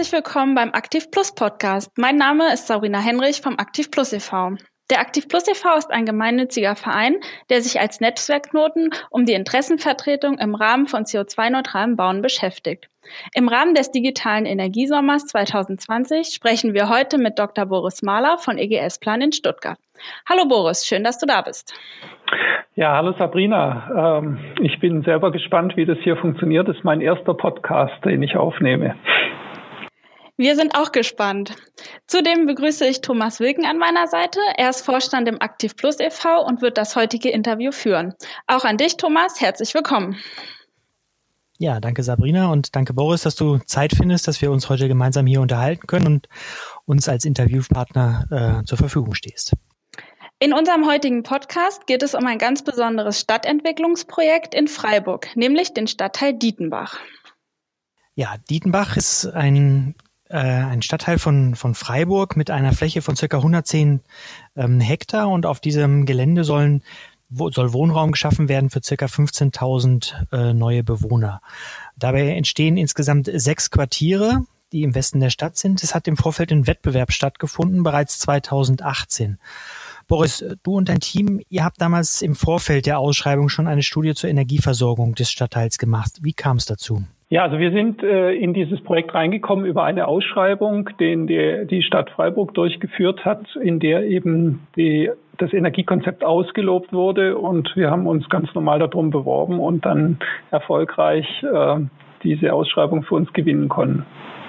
herzlich willkommen beim Aktiv Plus Podcast. Mein Name ist Sabrina Henrich vom Aktiv Plus e.V. Der Aktiv Plus e.V. ist ein gemeinnütziger Verein, der sich als Netzwerkknoten um die Interessenvertretung im Rahmen von CO2-neutralem Bauen beschäftigt. Im Rahmen des digitalen Energiesommers 2020 sprechen wir heute mit Dr. Boris Mahler von EGS Plan in Stuttgart. Hallo Boris, schön, dass du da bist. Ja, hallo Sabrina. Ich bin selber gespannt, wie das hier funktioniert. Das ist mein erster Podcast, den ich aufnehme. Wir sind auch gespannt. Zudem begrüße ich Thomas Wilken an meiner Seite. Er ist Vorstand im Aktiv Plus e.V. und wird das heutige Interview führen. Auch an dich, Thomas, herzlich willkommen. Ja, danke Sabrina und danke Boris, dass du Zeit findest, dass wir uns heute gemeinsam hier unterhalten können und uns als Interviewpartner zur Verfügung stehst. In unserem heutigen Podcast geht es um ein ganz besonderes Stadtentwicklungsprojekt in Freiburg, nämlich den Stadtteil Dietenbach. Ja, Dietenbach ist ein Stadtteil von Freiburg mit einer Fläche von ca. 110 Hektar und auf diesem Gelände soll Wohnraum geschaffen werden für ca. 15.000 neue Bewohner. Dabei entstehen insgesamt 6 Quartiere, die im Westen der Stadt sind. Es hat im Vorfeld ein Wettbewerb stattgefunden, bereits 2018. Boris, du und dein Team, ihr habt damals im Vorfeld der Ausschreibung schon eine Studie zur Energieversorgung des Stadtteils gemacht. Wie kam es dazu? Ja, also wir sind in dieses Projekt reingekommen über eine Ausschreibung, die Stadt Freiburg durchgeführt hat, in der eben das Energiekonzept ausgelobt wurde. Und wir haben uns ganz normal darum beworben und dann erfolgreich diese Ausschreibung für uns gewinnen konnten.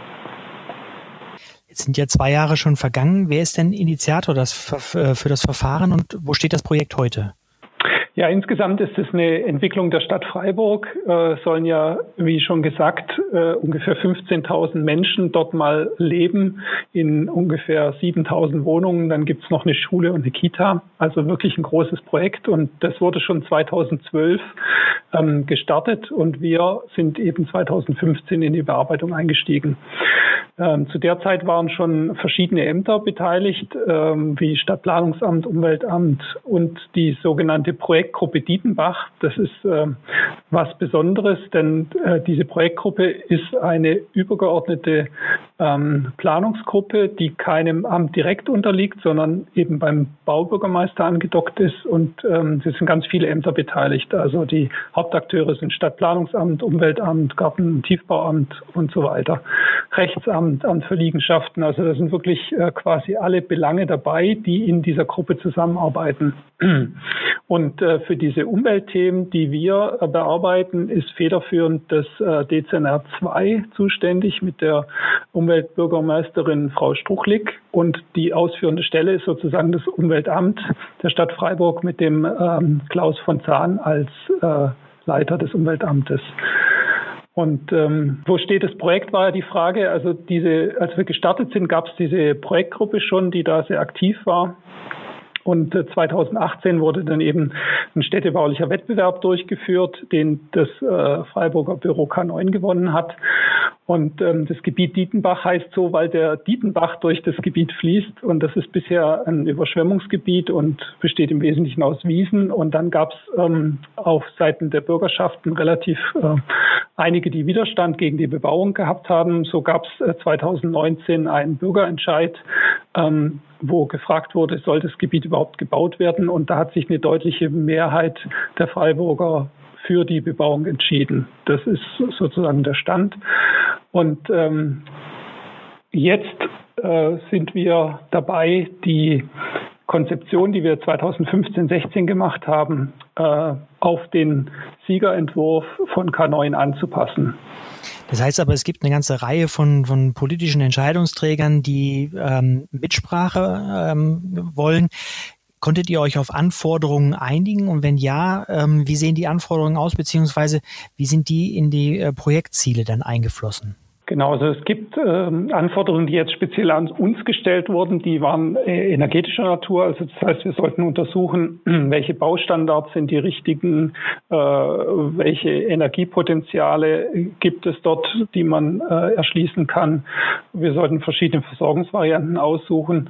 Jetzt sind ja 2 Jahre schon vergangen. Wer ist denn Initiator für das Verfahren und wo steht das Projekt heute? Ja, insgesamt ist es eine Entwicklung der Stadt Freiburg. Sollen ja, wie schon gesagt, ungefähr 15.000 Menschen dort mal leben in ungefähr 7.000 Wohnungen. Dann gibt's noch eine Schule und eine Kita. Also wirklich ein großes Projekt. Und das wurde schon 2012 gestartet und wir sind eben 2015 in die Bearbeitung eingestiegen. Zu der Zeit waren schon verschiedene Ämter beteiligt, wie Stadtplanungsamt, Umweltamt und die sogenannte Projektgruppe Dietenbach. Das ist was Besonderes, denn diese Projektgruppe ist eine übergeordnete Planungsgruppe, die keinem Amt direkt unterliegt, sondern eben beim Baubürgermeister angedockt ist und es sind ganz viele Ämter beteiligt. Also die Hauptakteure sind Stadtplanungsamt, Umweltamt, Garten- und Tiefbauamt und so weiter. Rechtsamt, Amt für Liegenschaften. Also da sind wirklich quasi alle Belange dabei, die in dieser Gruppe zusammenarbeiten. Und für diese Umweltthemen, die wir bearbeiten, ist federführend das DZNR 2 zuständig mit der Umweltbürgermeisterin Frau Struchlik. Und die ausführende Stelle ist sozusagen das Umweltamt der Stadt Freiburg mit dem Klaus von Zahn als Leiter des Umweltamtes. Und wo steht das Projekt, war ja die Frage. Also als wir gestartet sind, gab es diese Projektgruppe schon, die da sehr aktiv war. Und 2018 wurde dann eben ein städtebaulicher Wettbewerb durchgeführt, den das Freiburger Büro K9 gewonnen hat. Und das Gebiet Dietenbach heißt so, weil der Dietenbach durch das Gebiet fließt. Und das ist bisher ein Überschwemmungsgebiet und besteht im Wesentlichen aus Wiesen. Und dann gab es auf Seiten der Bürgerschaften relativ einige, die Widerstand gegen die Bebauung gehabt haben. So gab es 2019 einen Bürgerentscheid, wo gefragt wurde, soll das Gebiet überhaupt gebaut werden? Und da hat sich eine deutliche Mehrheit der Freiburger für die Bebauung entschieden. Das ist sozusagen der Stand. Und jetzt sind wir dabei, die Konzeption, die wir 2015-16 gemacht haben, auf den Siegerentwurf von K9 anzupassen. Das heißt aber, es gibt eine ganze Reihe von politischen Entscheidungsträgern, die Mitsprache wollen. Konntet ihr euch auf Anforderungen einigen? Und wenn ja, wie sehen die Anforderungen aus, beziehungsweise wie sind die in die Projektziele dann eingeflossen? Genau, also es gibt Anforderungen, die jetzt speziell an uns gestellt wurden, die waren energetischer Natur. Also das heißt, wir sollten untersuchen, welche Baustandards sind die richtigen, welche Energiepotenziale gibt es dort, die man erschließen kann. Wir sollten verschiedene Versorgungsvarianten aussuchen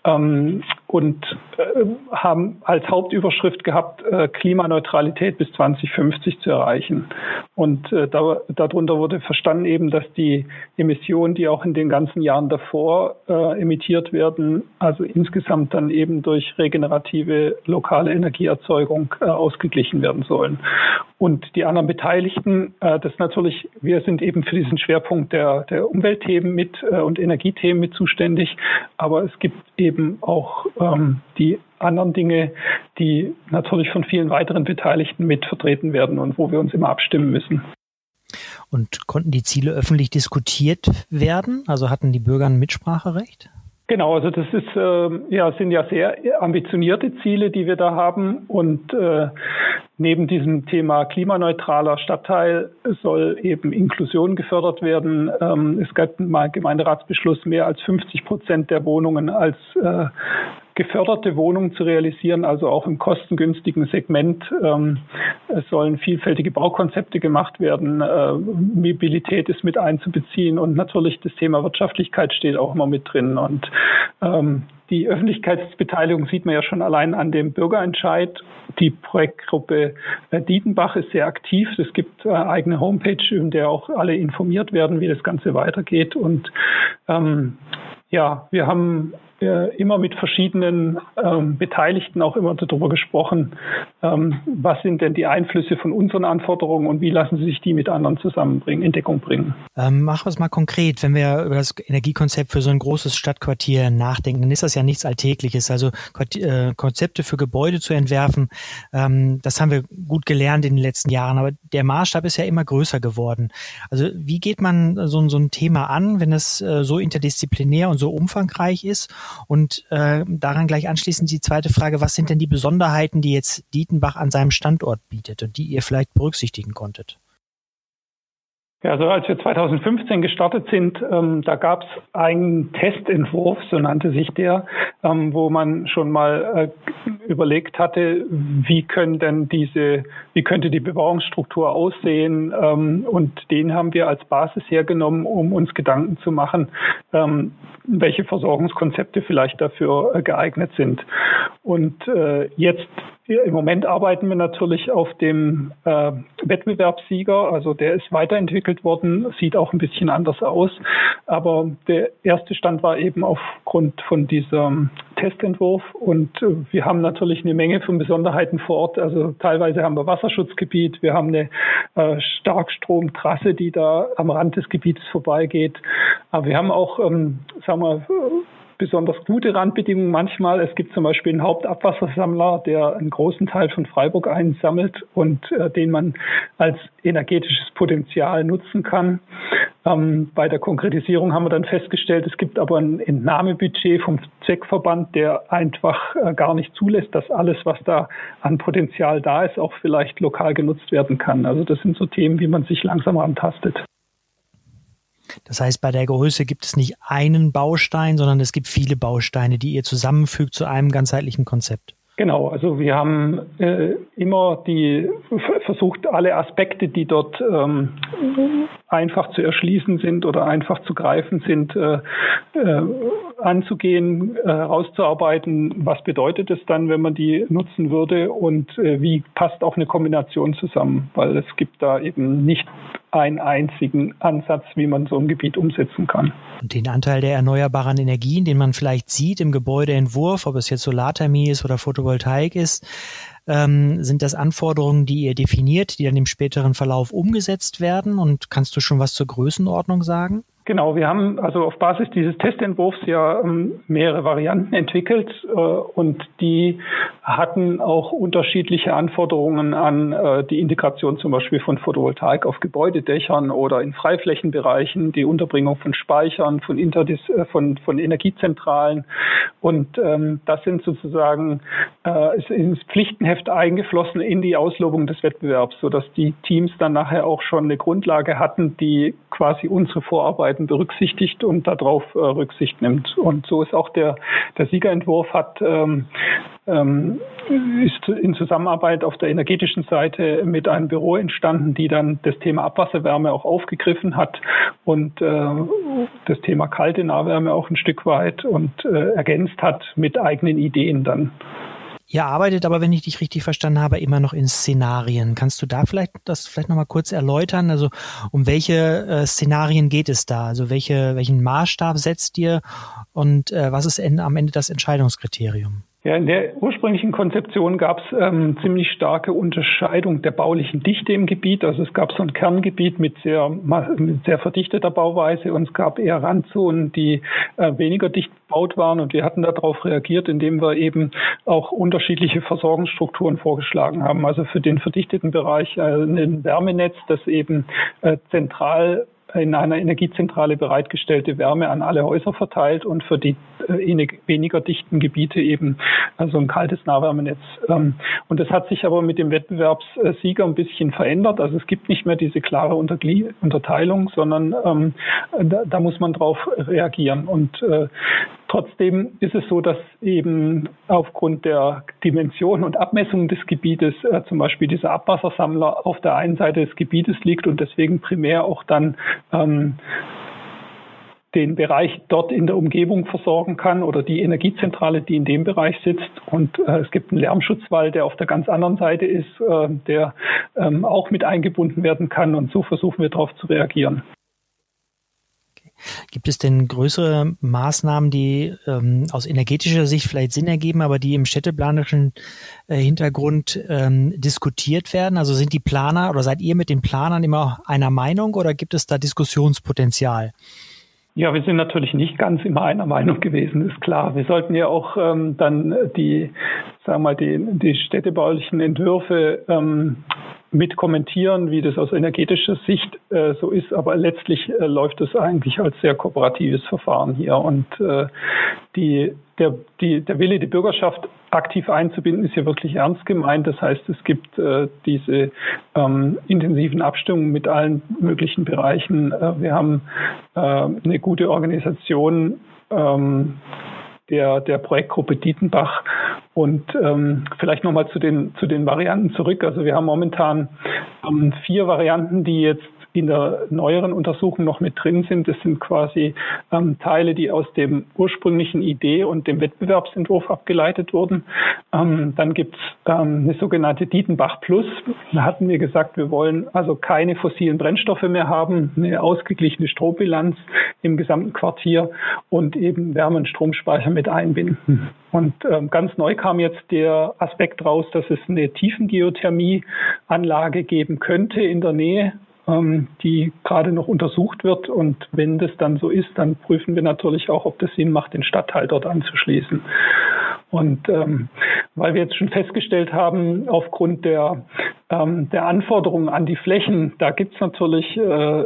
und haben als Hauptüberschrift gehabt, Klimaneutralität bis 2050 zu erreichen. Und darunter wurde verstanden eben, dass die die Emissionen, die auch in den ganzen Jahren davor emittiert werden, also insgesamt dann eben durch regenerative lokale Energieerzeugung ausgeglichen werden sollen. Und die anderen Beteiligten, das natürlich, wir sind eben für diesen Schwerpunkt der Umweltthemen mit und Energiethemen mit zuständig, aber es gibt eben auch die anderen Dinge, die natürlich von vielen weiteren Beteiligten mit vertreten werden und wo wir uns immer abstimmen müssen. Und konnten die Ziele öffentlich diskutiert werden? Also hatten die Bürger ein Mitspracherecht? Genau, also das ist sind ja sehr ambitionierte Ziele, die wir da haben, und neben diesem Thema klimaneutraler Stadtteil soll eben Inklusion gefördert werden. Es gab mal Gemeinderatsbeschluss, mehr als 50% der Wohnungen als geförderte Wohnungen zu realisieren, also auch im kostengünstigen Segment. Es sollen vielfältige Baukonzepte gemacht werden, Mobilität ist mit einzubeziehen und natürlich das Thema Wirtschaftlichkeit steht auch immer mit drin. Und die Öffentlichkeitsbeteiligung sieht man ja schon allein an dem Bürgerentscheid. Die Projektgruppe Dietenbach ist sehr aktiv. Es gibt eine eigene Homepage, in der auch alle informiert werden, wie das Ganze weitergeht. Und wir haben immer mit verschiedenen Beteiligten auch immer darüber gesprochen, was sind denn die Einflüsse von unseren Anforderungen und wie lassen sich die mit anderen zusammenbringen, in Deckung bringen. Machen wir es mal konkret. Wenn wir über das Energiekonzept für so ein großes Stadtquartier nachdenken, dann ist das ja nichts Alltägliches. Also Konzepte für Gebäude zu entwerfen, das haben wir gut gelernt in den letzten Jahren, aber der Maßstab ist ja immer größer geworden. Also wie geht man so ein Thema an, wenn es so interdisziplinär und so umfangreich ist? Und daran gleich anschließend die zweite Frage, was sind denn die Besonderheiten, die jetzt Dietenbach an seinem Standort bietet und die ihr vielleicht berücksichtigen konntet? Ja, also als wir 2015 gestartet sind, da gab es einen Testentwurf, so nannte sich der, wo man schon mal überlegt hatte, wie könnte die Bebauungsstruktur aussehen, und den haben wir als Basis hergenommen, um uns Gedanken zu machen, welche Versorgungskonzepte vielleicht dafür geeignet sind. Und jetzt im Moment arbeiten wir natürlich auf dem Wettbewerbssieger, also der ist weiterentwickelt worden, sieht auch ein bisschen anders aus, aber der erste Stand war eben aufgrund von diesem Testentwurf, und wir haben natürlich eine Menge von Besonderheiten vor Ort, also teilweise haben wir Wasserschutzgebiet, wir haben eine Starkstromtrasse, die da am Rand des Gebietes vorbeigeht, aber wir haben auch, besonders gute Randbedingungen manchmal. Es gibt zum Beispiel einen Hauptabwassersammler, der einen großen Teil von Freiburg einsammelt und den man als energetisches Potenzial nutzen kann. Bei der Konkretisierung haben wir dann festgestellt, es gibt aber ein Entnahmebudget vom Zweckverband, der einfach gar nicht zulässt, dass alles, was da an Potenzial da ist, auch vielleicht lokal genutzt werden kann. Also das sind so Themen, wie man sich langsam rantastet. Das heißt, bei der Größe gibt es nicht einen Baustein, sondern es gibt viele Bausteine, die ihr zusammenfügt zu einem ganzheitlichen Konzept. Genau, also wir haben immer versucht, alle Aspekte, die dort einfach zu erschließen sind oder einfach zu greifen sind, anzugehen, herauszuarbeiten, was bedeutet es dann, wenn man die nutzen würde, und wie passt auch eine Kombination zusammen, weil es gibt da eben nicht einen einzigen Ansatz, wie man so ein Gebiet umsetzen kann. Und den Anteil der erneuerbaren Energien, den man vielleicht sieht im Gebäudeentwurf, ob es jetzt Solarthermie ist oder Photovoltaik ist, sind das Anforderungen, die ihr definiert, die dann im späteren Verlauf umgesetzt werden? Und kannst du schon was zur Größenordnung sagen? Genau, wir haben also auf Basis dieses Testentwurfs ja mehrere Varianten entwickelt, und die hatten auch unterschiedliche Anforderungen an die Integration zum Beispiel von Photovoltaik auf Gebäudedächern oder in Freiflächenbereichen, die Unterbringung von Speichern, von Energiezentralen, und das sind sozusagen ins Pflichtenheft eingeflossen in die Auslobung des Wettbewerbs, sodass die Teams dann nachher auch schon eine Grundlage hatten, die quasi unsere Vorarbeiten berücksichtigt und darauf Rücksicht nimmt. Und so ist auch der Siegerentwurf ist in Zusammenarbeit auf der energetischen Seite mit einem Büro entstanden, die dann das Thema Abwasserwärme auch aufgegriffen hat und das Thema kalte Nahwärme auch ein Stück weit und ergänzt hat mit eigenen Ideen dann. Ihr arbeitet aber, wenn ich dich richtig verstanden habe, immer noch in Szenarien. Kannst du da vielleicht nochmal kurz erläutern? Also um welche Szenarien geht es da? Also welchen Maßstab setzt ihr und was ist am Ende das Entscheidungskriterium? Ja, in der ursprünglichen Konzeption gab es ziemlich starke Unterscheidung der baulichen Dichte im Gebiet. Also es gab so ein Kerngebiet mit sehr verdichteter Bauweise und es gab eher Randzonen, die weniger dicht gebaut waren. Und wir hatten darauf reagiert, indem wir eben auch unterschiedliche Versorgungsstrukturen vorgeschlagen haben. Also für den verdichteten Bereich ein Wärmenetz, das eben zentral in einer Energiezentrale bereitgestellte Wärme an alle Häuser verteilt und für die weniger dichten Gebiete eben also ein kaltes Nahwärmenetz. Und das hat sich aber mit dem Wettbewerbssieger ein bisschen verändert. Also es gibt nicht mehr diese klare Unterteilung, sondern da muss man drauf reagieren. Und trotzdem ist es so, dass eben aufgrund der Dimension und Abmessung des Gebietes zum Beispiel dieser Abwassersammler auf der einen Seite des Gebietes liegt und deswegen primär auch dann den Bereich dort in der Umgebung versorgen kann oder die Energiezentrale, die in dem Bereich sitzt. Und es gibt einen Lärmschutzwall, der auf der ganz anderen Seite ist, der auch mit eingebunden werden kann. Und so versuchen wir darauf zu reagieren. Gibt es denn größere Maßnahmen, die aus energetischer Sicht vielleicht Sinn ergeben, aber die im städteplanerischen Hintergrund diskutiert werden? Also sind die Planer oder seid ihr mit den Planern immer einer Meinung oder gibt es da Diskussionspotenzial? Ja, wir sind natürlich nicht ganz immer einer Meinung gewesen, ist klar. Wir sollten ja auch dann die städtebaulichen Entwürfe mit kommentieren, wie das aus energetischer Sicht so ist. Aber letztlich läuft es eigentlich als sehr kooperatives Verfahren hier. Und der Wille, die Bürgerschaft aktiv einzubinden, ist hier wirklich ernst gemeint. Das heißt, es gibt diese intensiven Abstimmungen mit allen möglichen Bereichen. Wir haben eine gute Organisation der Projektgruppe Dietenbach. Und vielleicht nochmal zu den Varianten zurück. Also wir haben momentan 4 Varianten, die jetzt in der neueren Untersuchung noch mit drin sind. Das sind quasi Teile, die aus dem ursprünglichen Idee und dem Wettbewerbsentwurf abgeleitet wurden. Dann gibt's eine sogenannte Dietenbach Plus. Da hatten wir gesagt, wir wollen also keine fossilen Brennstoffe mehr haben, eine ausgeglichene Strombilanz im gesamten Quartier und eben Wärme- und Stromspeicher mit einbinden. Und ganz neu kam jetzt der Aspekt raus, dass es eine Tiefengeothermieanlage geben könnte in der Nähe, die gerade noch untersucht wird. Und wenn das dann so ist, dann prüfen wir natürlich auch, ob das Sinn macht, den Stadtteil dort anzuschließen. Und weil wir jetzt schon festgestellt haben, aufgrund der Anforderungen an die Flächen, da gibt's natürlich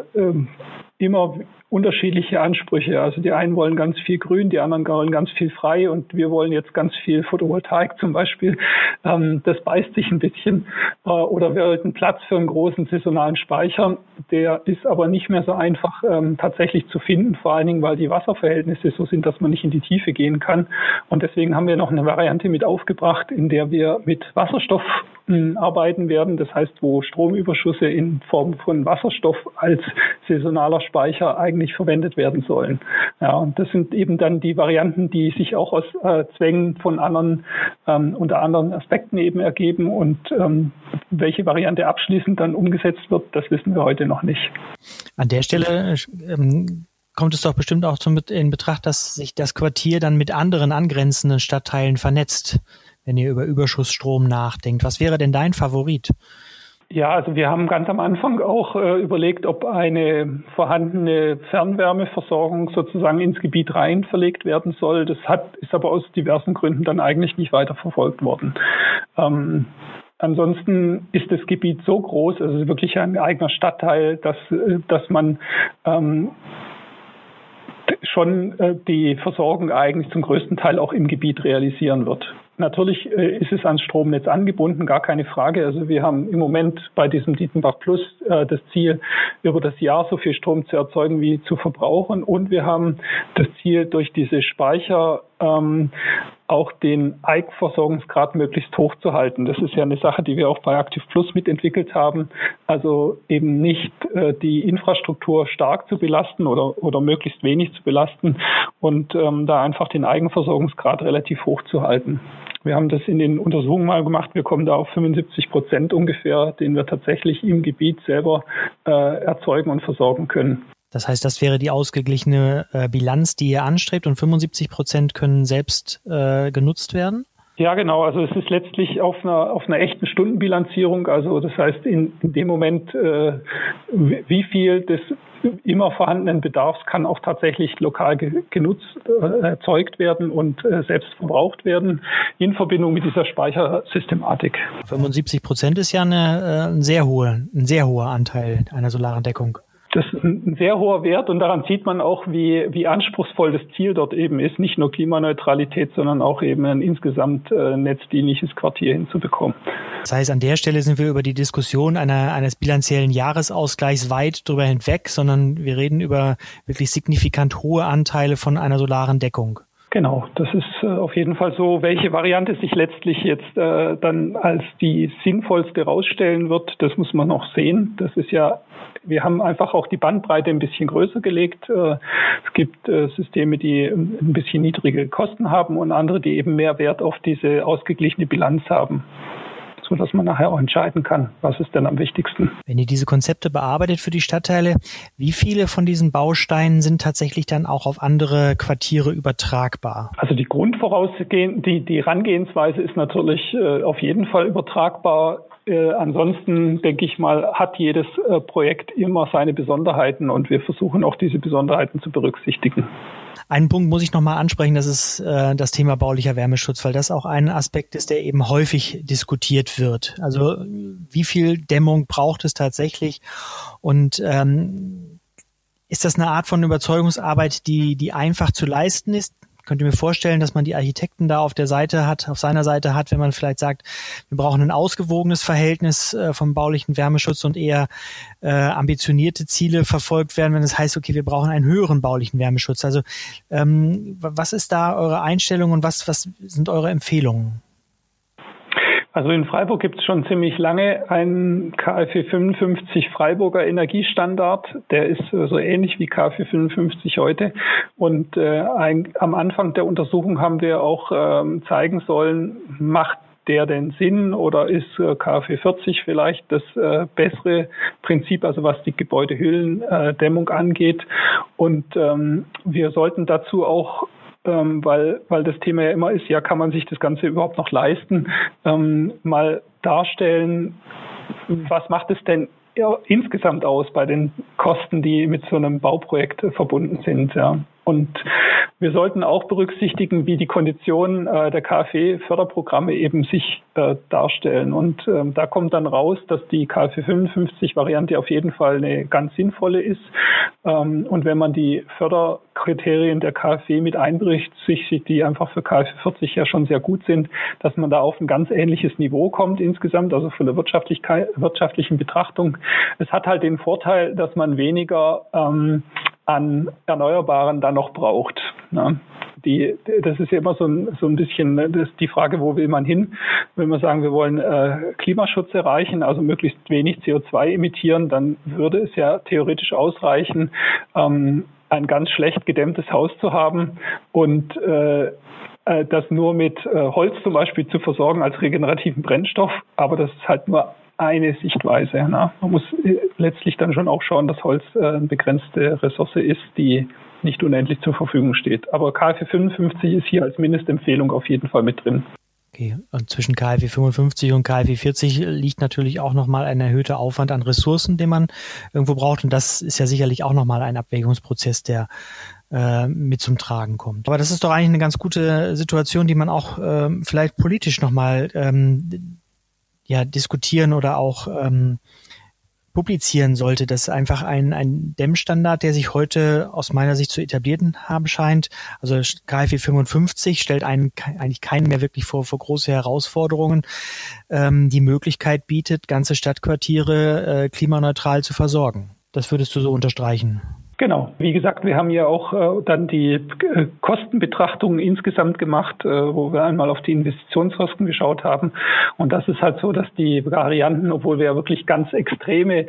immer unterschiedliche Ansprüche. Also die einen wollen ganz viel Grün, die anderen wollen ganz viel frei und wir wollen jetzt ganz viel Photovoltaik zum Beispiel. Das beißt sich ein bisschen. Oder wir wollten Platz für einen großen saisonalen Speicher. Der ist aber nicht mehr so einfach tatsächlich zu finden, vor allen Dingen, weil die Wasserverhältnisse so sind, dass man nicht in die Tiefe gehen kann. Und deswegen haben wir noch eine Variante mit aufgebracht, in der wir mit Wasserstoff arbeiten werden. Das heißt, wo Stromüberschüsse in Form von Wasserstoff als saisonaler Speicher eigentlich verwendet werden sollen. Ja, und das sind eben dann die Varianten, die sich auch aus Zwängen von anderen, unter anderen Aspekten eben ergeben. Und welche Variante abschließend dann umgesetzt wird, das wissen wir heute noch nicht. An der Stelle kommt es doch bestimmt auch in Betracht, dass sich das Quartier dann mit anderen angrenzenden Stadtteilen vernetzt, wenn ihr über Überschussstrom nachdenkt. Was wäre denn dein Favorit? Ja, also wir haben ganz am Anfang auch überlegt, ob eine vorhandene Fernwärmeversorgung sozusagen ins Gebiet rein verlegt werden soll. Das ist aber aus diversen Gründen dann eigentlich nicht weiter verfolgt worden. Ansonsten ist das Gebiet so groß, also wirklich ein eigener Stadtteil, dass man schon die Versorgung eigentlich zum größten Teil auch im Gebiet realisieren wird. Natürlich ist es ans Stromnetz angebunden, gar keine Frage. Also wir haben im Moment bei diesem Dietenbach Plus das Ziel, über das Jahr so viel Strom zu erzeugen wie zu verbrauchen. Und wir haben das Ziel, durch diese Speicher auch den Eigenversorgungsgrad möglichst hoch zu halten. Das ist ja eine Sache, die wir auch bei Aktiv Plus mitentwickelt haben. Also eben nicht die Infrastruktur stark zu belasten oder möglichst wenig zu belasten und da einfach den Eigenversorgungsgrad relativ hoch zu halten. Wir haben das in den Untersuchungen mal gemacht. Wir kommen da auf 75% ungefähr, den wir tatsächlich im Gebiet selber erzeugen und versorgen können. Das heißt, das wäre die ausgeglichene Bilanz, die ihr anstrebt, und 75% können selbst genutzt werden? Ja, genau. Also es ist letztlich auf einer echten Stundenbilanzierung. Also das heißt, in dem Moment, wie viel des immer vorhandenen Bedarfs kann auch tatsächlich lokal genutzt, erzeugt werden und selbst verbraucht werden in Verbindung mit dieser Speichersystematik. 75% ist ja ein sehr hoher Anteil einer solaren Deckung. Das ist ein sehr hoher Wert und daran sieht man auch, wie anspruchsvoll das Ziel dort eben ist, nicht nur Klimaneutralität, sondern auch eben ein insgesamt netzdienliches Quartier hinzubekommen. Das heißt, an der Stelle sind wir über die Diskussion eines bilanziellen Jahresausgleichs weit drüber hinweg, sondern wir reden über wirklich signifikant hohe Anteile von einer solaren Deckung. Genau, das ist auf jeden Fall so. Welche Variante sich letztlich jetzt dann als die sinnvollste rausstellen wird, das muss man noch sehen. Das ist ja, wir haben einfach auch die Bandbreite ein bisschen größer gelegt. Es gibt Systeme, die ein bisschen niedrige Kosten haben und andere, die eben mehr Wert auf diese ausgeglichene Bilanz haben, sodass man nachher auch entscheiden kann, was ist denn am wichtigsten. Wenn ihr diese Konzepte bearbeitet für die Stadtteile, wie viele von diesen Bausteinen sind tatsächlich dann auch auf andere Quartiere übertragbar? Also die die Herangehensweise ist natürlich auf jeden Fall übertragbar. Ansonsten, denke ich mal, hat jedes Projekt immer seine Besonderheiten und wir versuchen auch diese Besonderheiten zu berücksichtigen. Einen Punkt muss ich nochmal ansprechen, das ist das Thema baulicher Wärmeschutz, weil das auch ein Aspekt ist, der eben häufig diskutiert wird. Also wie viel Dämmung braucht es tatsächlich und ist das eine Art von Überzeugungsarbeit, die einfach zu leisten ist? Könnt ihr mir vorstellen, dass man die Architekten da auf seiner Seite hat, wenn man vielleicht sagt, wir brauchen ein ausgewogenes Verhältnis vom baulichen Wärmeschutz und eher ambitionierte Ziele verfolgt werden, wenn es heißt, okay, wir brauchen einen höheren baulichen Wärmeschutz. Also was ist da eure Einstellung und was sind eure Empfehlungen? Also in Freiburg gibt es schon ziemlich lange einen KfW 55 Freiburger Energiestandard. Der ist so ähnlich wie KfW 55 heute. Und am Anfang der Untersuchung haben wir auch zeigen sollen, macht der denn Sinn oder ist KfW 40 vielleicht das bessere Prinzip, also was die Gebäudehüllendämmung angeht. Und wir sollten dazu auch weil das Thema ja immer ist, ja, kann man sich das Ganze überhaupt noch leisten, mal darstellen, was macht es denn insgesamt aus bei den Kosten, die mit so einem Bauprojekt verbunden sind, ja. Und wir sollten auch berücksichtigen, wie die Konditionen der KfW-Förderprogramme eben sich darstellen. Und da kommt dann raus, dass die KfW 55-Variante auf jeden Fall eine ganz sinnvolle ist. Und wenn man die Förderkriterien der KfW mit einberücksichtigt, die einfach für KfW 40 ja schon sehr gut sind, dass man da auf ein ganz ähnliches Niveau kommt insgesamt, also von der wirtschaftlichen Betrachtung. Es hat halt den Vorteil, dass man weniger an Erneuerbaren dann noch braucht. Ne? Das ist ja immer so ein bisschen die Frage, wo will man hin? Wenn wir sagen, wir wollen Klimaschutz erreichen, also möglichst wenig CO2 emittieren, dann würde es ja theoretisch ausreichen, ein ganz schlecht gedämmtes Haus zu haben und das nur mit Holz zum Beispiel zu versorgen als regenerativen Brennstoff. Aber das ist halt nur eine Sichtweise. Ne? Man muss letztlich dann schon auch schauen, dass Holz eine begrenzte Ressource ist, die nicht unendlich zur Verfügung steht. Aber KfW 55 ist hier als Mindestempfehlung auf jeden Fall mit drin. Okay, und zwischen KfW 55 und KfW 40 liegt natürlich auch nochmal ein erhöhter Aufwand an Ressourcen, den man irgendwo braucht. Und das ist ja sicherlich auch nochmal ein Abwägungsprozess, der mit zum Tragen kommt. Aber das ist doch eigentlich eine ganz gute Situation, die man auch vielleicht politisch nochmal diskutieren oder auch publizieren sollte, dass einfach ein Dämmstandard, der sich heute aus meiner Sicht zu etablieren haben scheint, also KfW 55 stellt eigentlich keinen mehr wirklich vor große Herausforderungen, die Möglichkeit bietet, ganze Stadtquartiere klimaneutral zu versorgen. Das würdest du so unterstreichen? Genau. Wie gesagt, wir haben ja auch dann die Kostenbetrachtungen insgesamt gemacht, wo wir einmal auf die Investitionskosten geschaut haben. Und das ist halt so, dass die Varianten, obwohl wir ja wirklich ganz extreme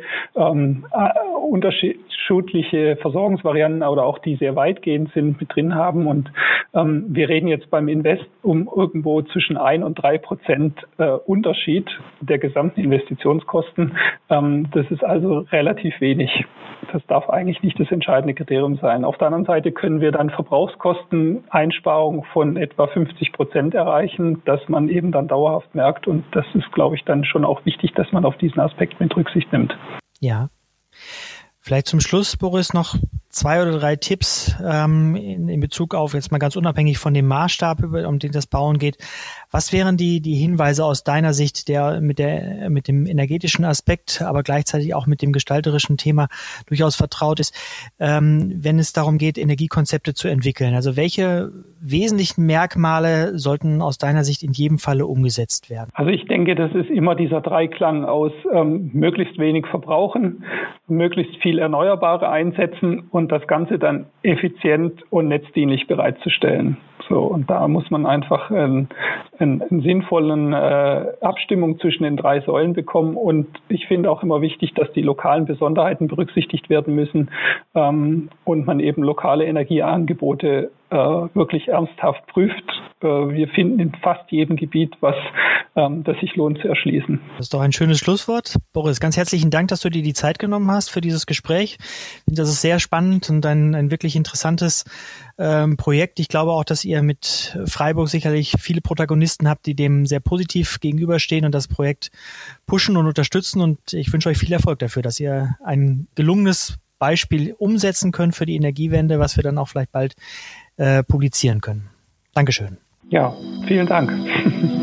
unterschiedliche Versorgungsvarianten oder auch die sehr weitgehend sind, mit drin haben. Und wir reden jetzt beim Invest um irgendwo zwischen 1 und 3% Unterschied der gesamten Investitionskosten. Das ist also relativ wenig. Das darf eigentlich nicht das entscheidende Kriterium sein. Auf der anderen Seite können wir dann Verbrauchskosteneinsparungen von etwa 50% erreichen, dass man eben dann dauerhaft merkt. Und das ist, glaube ich, dann schon auch wichtig, dass man auf diesen Aspekt mit Rücksicht nimmt. Ja. Vielleicht zum Schluss, Boris, noch 2 oder 3 Tipps in Bezug auf, jetzt mal ganz unabhängig von dem Maßstab, um den das Bauen geht. Was wären die Hinweise aus deiner Sicht, der mit dem energetischen Aspekt, aber gleichzeitig auch mit dem gestalterischen Thema durchaus vertraut ist, wenn es darum geht, Energiekonzepte zu entwickeln? Also welche wesentlichen Merkmale sollten aus deiner Sicht in jedem Falle umgesetzt werden? Also ich denke, das ist immer dieser Dreiklang aus möglichst wenig verbrauchen, möglichst viel Erneuerbare einsetzen und das Ganze dann effizient und netzdienlich bereitzustellen. So, und da muss man einfach einen sinnvollen Abstimmung zwischen den 3 Säulen bekommen. Und ich finde auch immer wichtig, dass die lokalen Besonderheiten berücksichtigt werden müssen und man eben lokale Energieangebote wirklich ernsthaft prüft. Wir finden in fast jedem Gebiet was, das sich lohnt zu erschließen. Das ist doch ein schönes Schlusswort. Boris, ganz herzlichen Dank, dass du dir die Zeit genommen hast für dieses Gespräch. Das ist sehr spannend und ein wirklich interessantes Projekt. Ich glaube auch, dass ihr mit Freiburg sicherlich viele Protagonisten habt, die dem sehr positiv gegenüberstehen und das Projekt pushen und unterstützen. Und ich wünsche euch viel Erfolg dafür, dass ihr ein gelungenes Beispiel umsetzen könnt für die Energiewende, was wir dann auch vielleicht bald publizieren können. Dankeschön. Ja, vielen Dank.